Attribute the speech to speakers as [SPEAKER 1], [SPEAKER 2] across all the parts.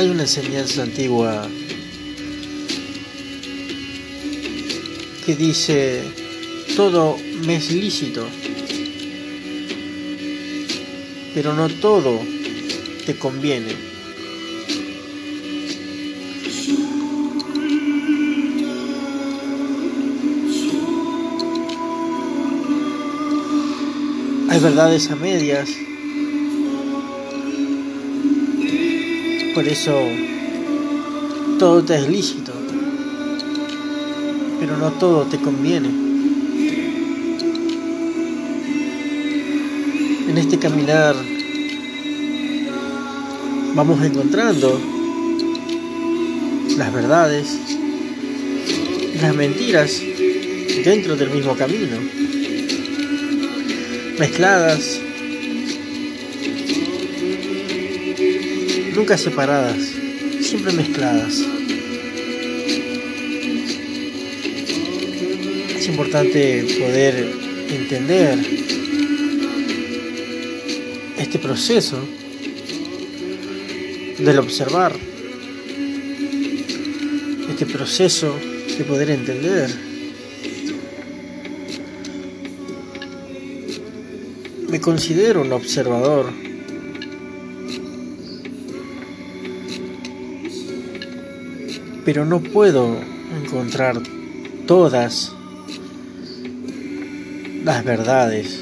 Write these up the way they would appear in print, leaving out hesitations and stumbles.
[SPEAKER 1] Hay una enseñanza antigua que dice: todo me es lícito, pero no todo te conviene. Hay verdades a medias, por eso todo te es lícito, pero no todo te conviene. En este caminar vamos encontrando las verdades y las mentiras dentro del mismo camino, mezcladas, nunca separadas, siempre mezcladas. Es importante poder entender este proceso del observar, este proceso de poder entender. Me considero un observador, pero no puedo encontrar todas las verdades,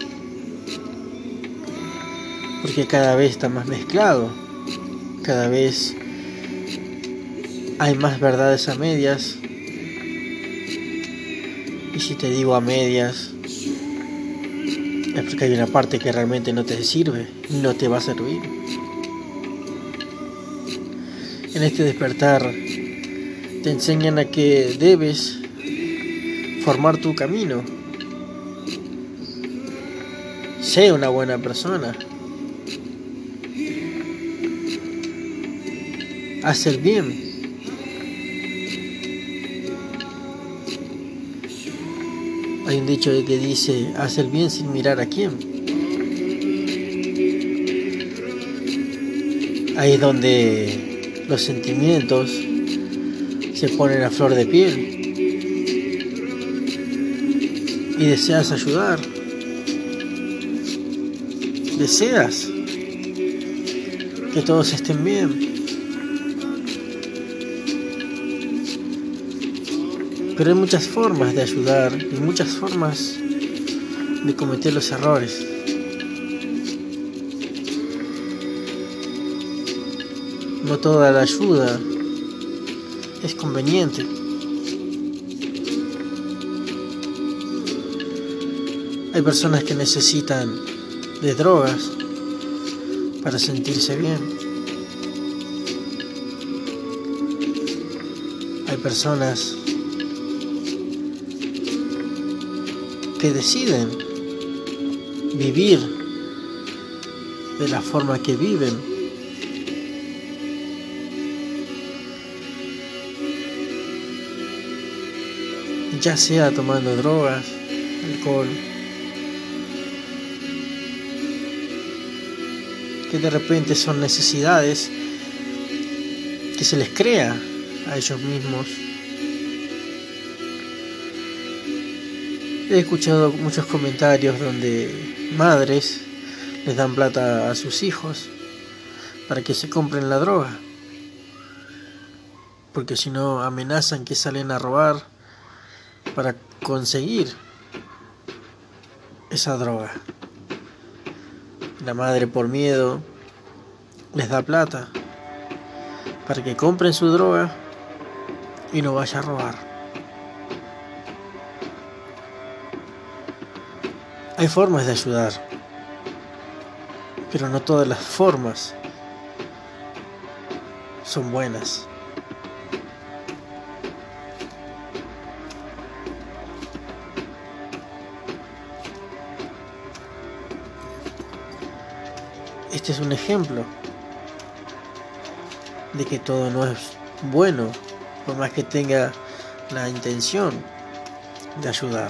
[SPEAKER 1] porque cada vez está más mezclado, cada vez hay más verdades a medias, y si te digo a medias es porque hay una parte que realmente no te sirve, no te va a servir. En este despertar te enseñan a que debes formar tu camino. Sé una buena persona. Haz el bien. Hay un dicho que dice: haz el bien sin mirar a quién. Ahí es donde los sentimientos se ponen a flor de piel y deseas ayudar, deseas que todos estén bien, pero hay muchas formas de ayudar y muchas formas de cometer los errores. No toda la ayuda es conveniente. Hay personas que necesitan de drogas para sentirse bien. Hay personas que deciden vivir de la forma que viven. Ya sea tomando drogas, alcohol, que de repente son necesidades que se les crea a ellos mismos. He escuchado muchos comentarios donde madres les dan plata a sus hijos para que se compren la droga, porque si no amenazan que salen a robar para conseguir esa droga. La madre, por miedo, les da plata para que compren su droga y no vaya a robar. Hay formas de ayudar, pero no todas las formas son buenas. Este es un ejemplo de que todo no es bueno, por más que tenga la intención de ayudar.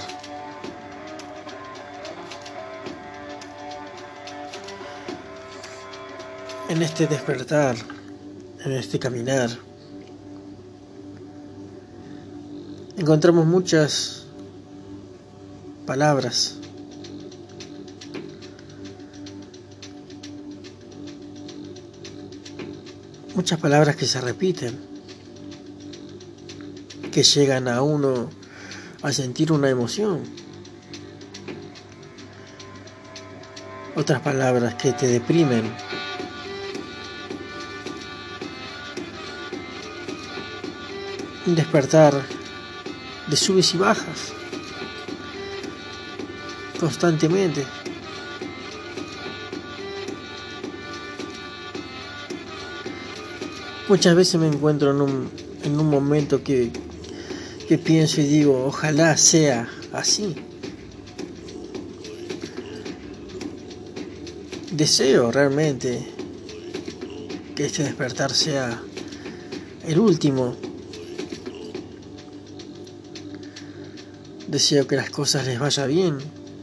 [SPEAKER 1] En este despertar en este caminar, encontramos muchas palabras, que se repiten, que llegan a uno a sentir una emoción. Otras palabras que te deprimen. Un despertar de subes y bajas constantemente. Muchas veces me encuentro en un momento que pienso y digo, ojalá sea así. Deseo realmente que este despertar sea el último. Deseo que las cosas les vaya bien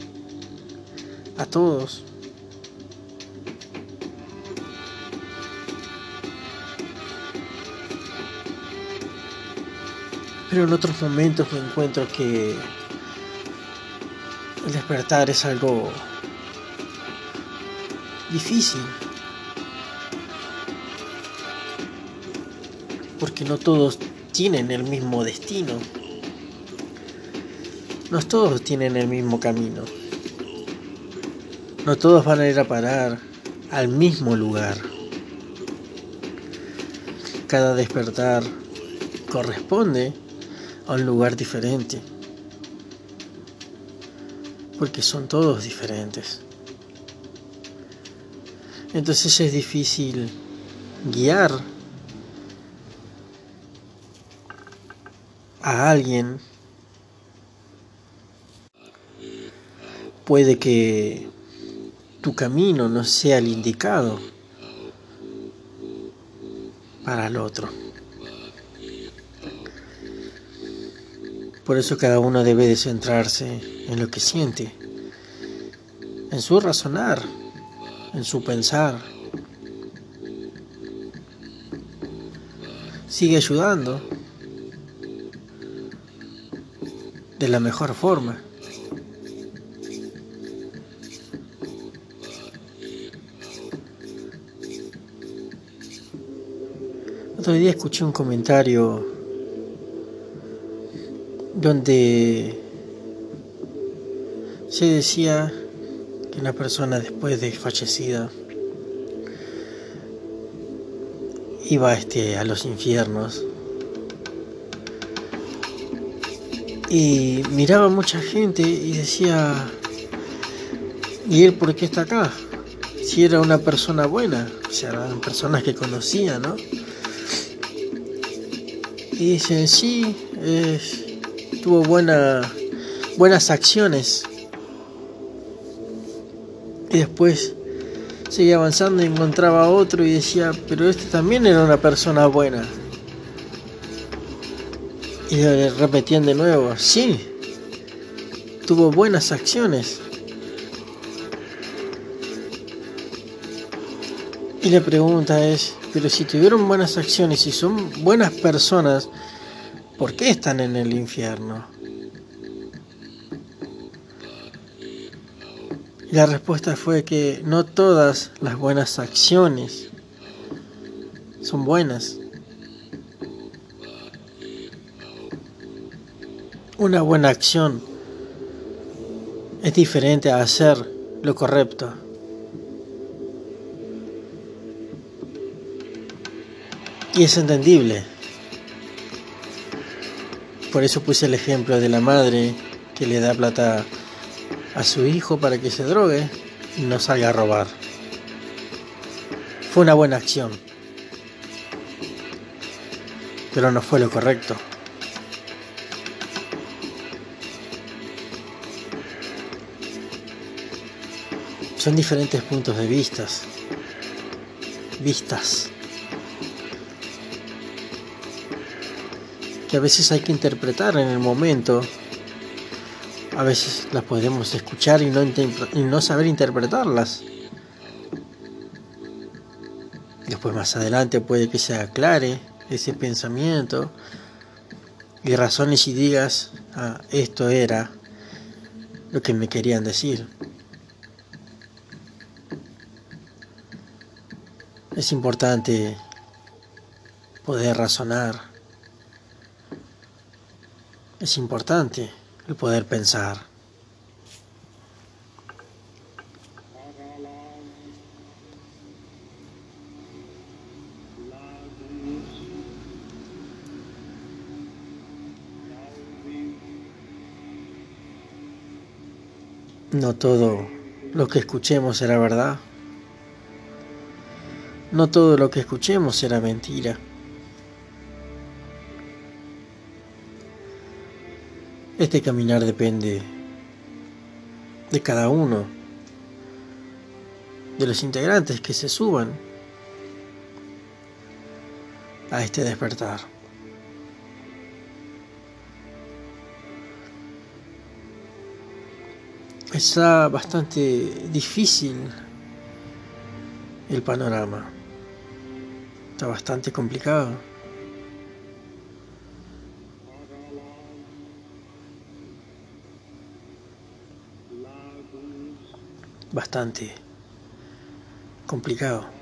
[SPEAKER 1] a todos. Pero en otros momentos me encuentro que el despertar es algo difícil, porque no todos tienen el mismo destino, no todos tienen el mismo camino, no todos van a ir a parar al mismo lugar. Cada despertar corresponde a un lugar diferente, porque son todos diferentes. Entonces es difícil guiar a alguien. Puede que tu camino no sea el indicado para el otro. Por eso cada uno debe de centrarse en lo que siente, en su razonar, en su pensar. Sigue ayudando de la mejor forma. Otro día escuché un comentario donde se decía que una persona después de fallecida iba a los infiernos, y miraba a mucha gente y decía, ¿y él por qué está acá? Si era una persona buena, o sea, eran personas que conocía, ¿no? Y dicen, sí, tuvo buenas acciones. Y después seguía avanzando y encontraba a otro y decía, pero este también era una persona buena. Y le repetían de nuevo, sí, tuvo buenas acciones. Y la pregunta es, pero si tuvieron buenas acciones y son buenas personas, ¿por qué están en el infierno? Y la respuesta fue que no todas las buenas acciones son buenas. Una buena acción es diferente a hacer lo correcto. Y es entendible. Por eso puse el ejemplo de la madre que le da plata a su hijo para que se drogue y no salga a robar. Fue una buena acción, pero no fue lo correcto. Son diferentes puntos de vistas. Que a veces hay que interpretar en el momento. A veces las podemos escuchar y no saber interpretarlas. Después más adelante puede que se aclare ese pensamiento y razones y digas, esto era lo que me querían decir. Es importante poder razonar. Es importante el poder pensar. No todo lo que escuchemos será verdad. No todo lo que escuchemos será mentira. Este caminar depende de cada uno, de los integrantes que se suban a este despertar. Está bastante difícil el panorama. Está bastante complicado. Bastante complicado.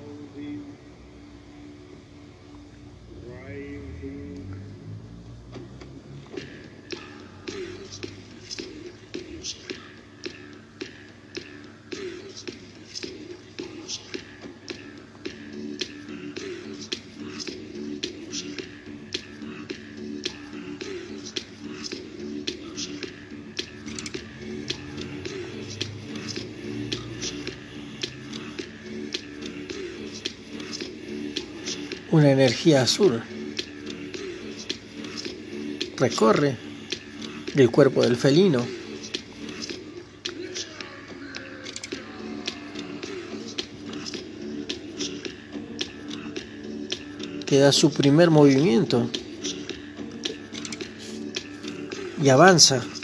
[SPEAKER 1] Una energía azul recorre el cuerpo del felino. Que da su primer movimiento y avanza